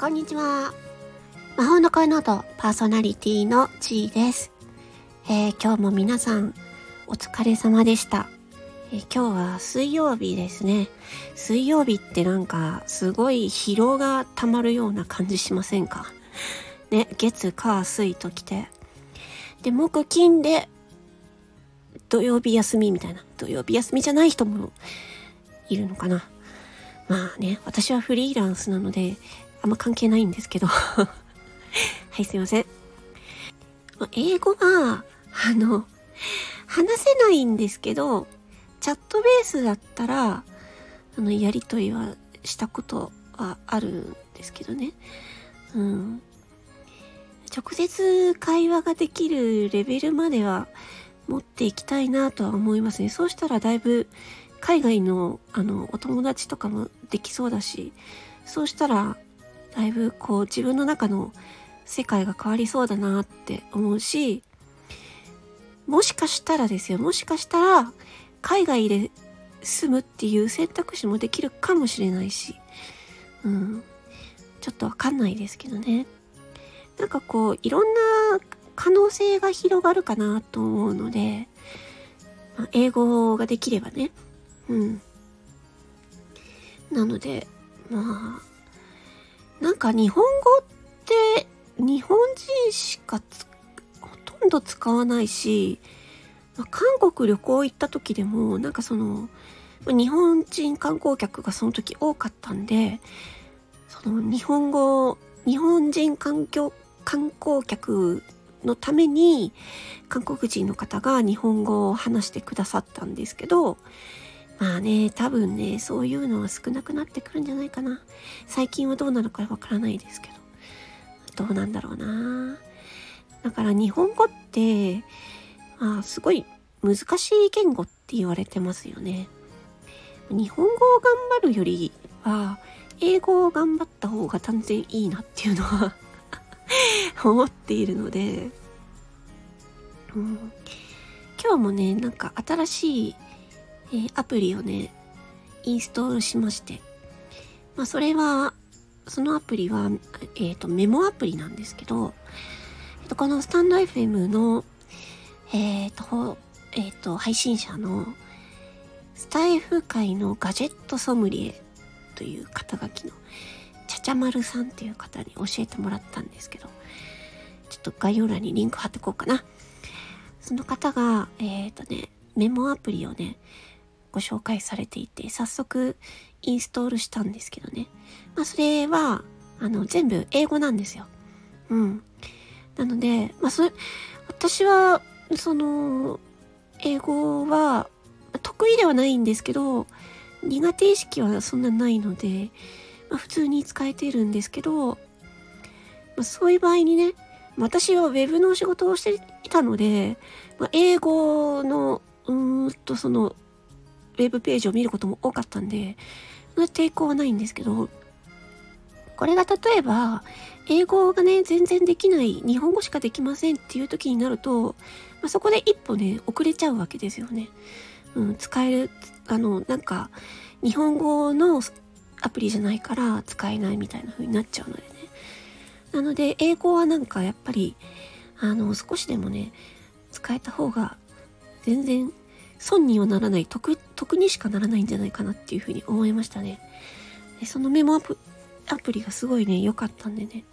こんにちは。魔法の声ノートパーソナリティのちーです。今日も皆さんお疲れ様でした。今日は水曜日ですね。水曜日ってなんかすごい疲労が溜まるような感じしませんかね。月火水ときて、で木金で土曜日休みみたいな。土曜日休みじゃない人もいるのかな。まあね、私はフリーランスなのであんま関係ないんですけどはい、すいません。英語は話せないんですけど、チャットベースだったらやりとりはしたことはあるんですけどね。直接会話ができるレベルまでは持っていきたいなとは思いますね。そうしたらだいぶ海外のお友達とかもできそうだし、そうしたらだいぶこう自分の中の世界が変わりそうだなって思うし、もしかしたら海外で住むっていう選択肢もできるかもしれないし、ちょっとわかんないですけどね。なんかこういろんな可能性が広がるかなと思うので、英語ができればね。なので、なんか日本語って日本人しかほとんど使わないし、韓国旅行行った時でもなんか日本人観光客がその時多かったんで、日本人観光客のために韓国人の方が日本語を話してくださったんですけど、まあね、多分ね、そういうのは少なくなってくるんじゃないかな。最近はどうなのかわからないですけど。どうなんだろうな。だから日本語って、すごい難しい言語って言われてますよね。日本語を頑張るよりは、英語を頑張った方が断然いいなっていうのは思っているので、今日もね、なんか新しいアプリをね、インストールしまして。そのアプリは、メモアプリなんですけど、このスタンド FM の、配信者のスタイフ界のガジェットソムリエという肩書きのちゃちゃまるさんっていう方に教えてもらったんですけど、ちょっと概要欄にリンク貼ってこうかな。その方が、メモアプリをね、ご紹介されていて、早速インストールしたんですけどね。それは、全部英語なんですよ。なので、私は、英語は得意ではないんですけど、苦手意識はそんなないので、普通に使えているんですけど、そういう場合にね、私はウェブの仕事をしていたので、英語の、ウェブページを見ることも多かったんで、抵抗はないんですけど、これが例えば、英語がね、全然できない、日本語しかできませんっていう時になると、そこで一歩ね、遅れちゃうわけですよね。使える、なんか、日本語のアプリじゃないから使えないみたいな風になっちゃうのでね。なので、英語はなんかやっぱり、少しでもね、使えた方が、全然、損にはならない、得にしかならないんじゃないかなっていう風に思いましたね。でそのメモアプリがすごいね、良かったんでね。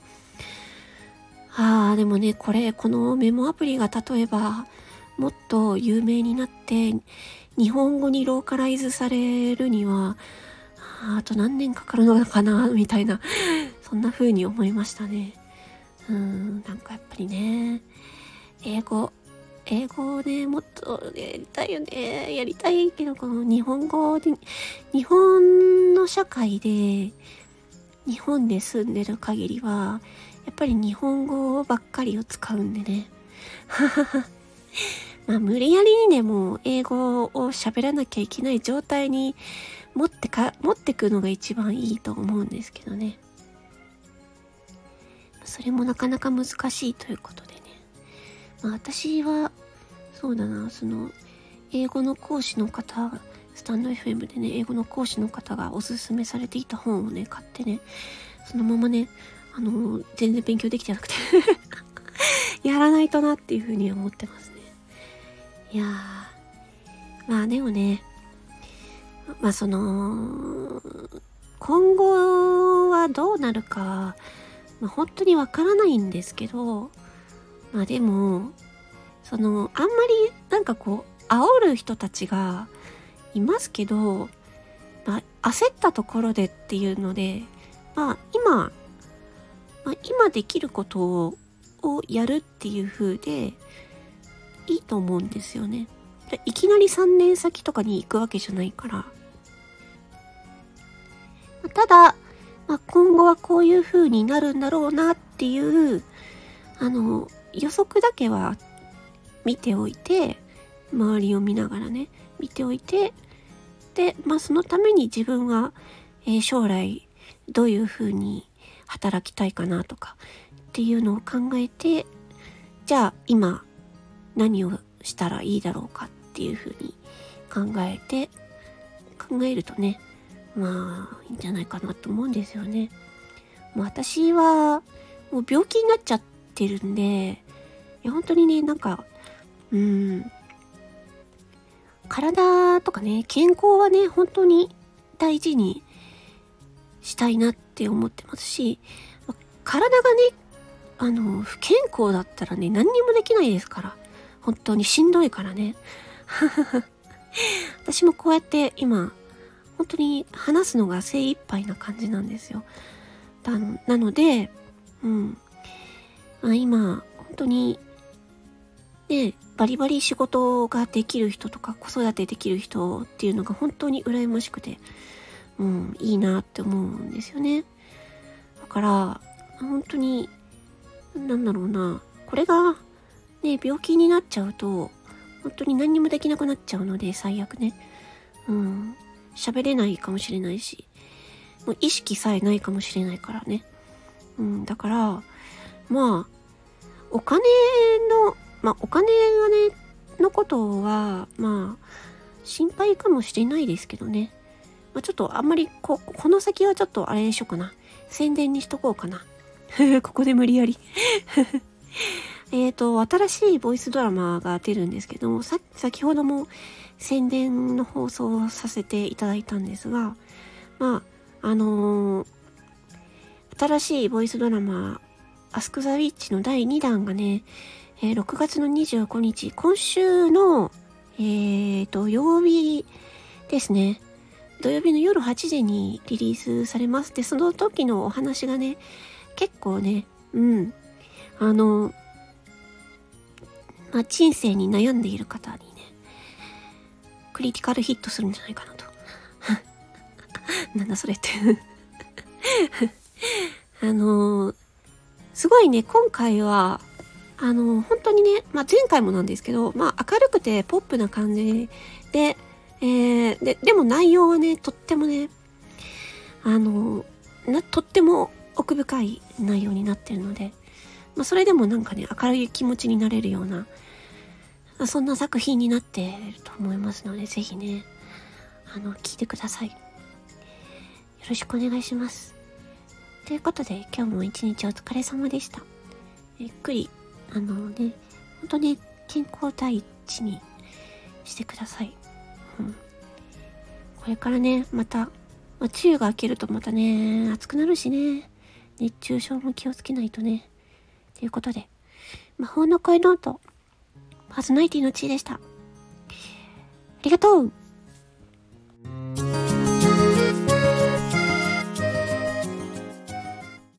でもね、このメモアプリが例えば、もっと有名になって、日本語にローカライズされるには、あと何年かかるのかな、みたいな、そんな風に思いましたね。なんかやっぱりね、英語をね、もっとやりたいよね。やりたいけど、この日本の社会で、日本で住んでる限りは、やっぱり日本語ばっかりを使うんでね。無理やりにでも英語を喋らなきゃいけない状態に持ってくのが一番いいと思うんですけどね。それもなかなか難しいということでね。私は、そうだな、英語の講師の方、スタンド FM でね、英語の講師の方がおすすめされていた本をね、買ってね、そのままね、 全然勉強できてなくてやらないとなっていうふうに思ってますね。いやー、まあでもね、まあ今後はどうなるか、本当にわからないんですけど、まあでも、あんまりなんかこう、煽る人たちがいますけど、焦ったところでっていうので、今できることをやるっていう風でいいと思うんですよね。いきなり3年先とかに行くわけじゃないから。ただ、今後はこういう風になるんだろうなっていう、予測だけは見ておいて、周りを見ながらね、見ておいて、で、そのために自分は、将来どういう風に働きたいかなとかっていうのを考えて、じゃあ今何をしたらいいだろうかっていう風に考えるとね、いいんじゃないかなと思うんですよね。私はもう病気になっちゃってるんで、本当にね、体とかね、健康はね、本当に大事にしたいなって思ってますし、体がね、不健康だったらね、何にもできないですから。本当にしんどいからね。私もこうやって今、本当に話すのが精一杯な感じなんですよ。なので、今、本当に、ね、バリバリ仕事ができる人とか子育てできる人っていうのが本当に羨ましくて、いいなって思うんですよね。だから、本当に、これが、ね、病気になっちゃうと、本当に何にもできなくなっちゃうので、最悪ね。喋れないかもしれないし、もう意識さえないかもしれないからね。だから、お金がね、のことは、心配かもしれないですけどね。ちょっとあんまりこの先はちょっとあれにしようかな。宣伝にしとこうかな。ここで無理やり。新しいボイスドラマが出るんですけども、先ほども宣伝の放送をさせていただいたんですが、新しいボイスドラマ、アスクザウィッチの第2弾がね、6月の25日、今週の、土曜日ですね。土曜日の夜8時にリリースされます。で、その時のお話がね、結構ね、人生に悩んでいる方にね、クリティカルヒットするんじゃないかなと。なんだそれってすごいね、今回は、本当にね、前回もなんですけど、明るくてポップな感じで、でも内容はね、とってもね、とっても奥深い内容になってるので、それでも明るい気持ちになれるような、そんな作品になっていると思いますので、ぜひね、聞いてください。よろしくお願いします。ということで、今日も一日お疲れ様でした。ゆっくり、本当ね、健康第一にしてください。これからね、また、梅雨が明けるとまたね、暑くなるしね、熱中症も気をつけないとね。ということで、魔法の声ノート、パーソナリティのちーでした。ありがとう。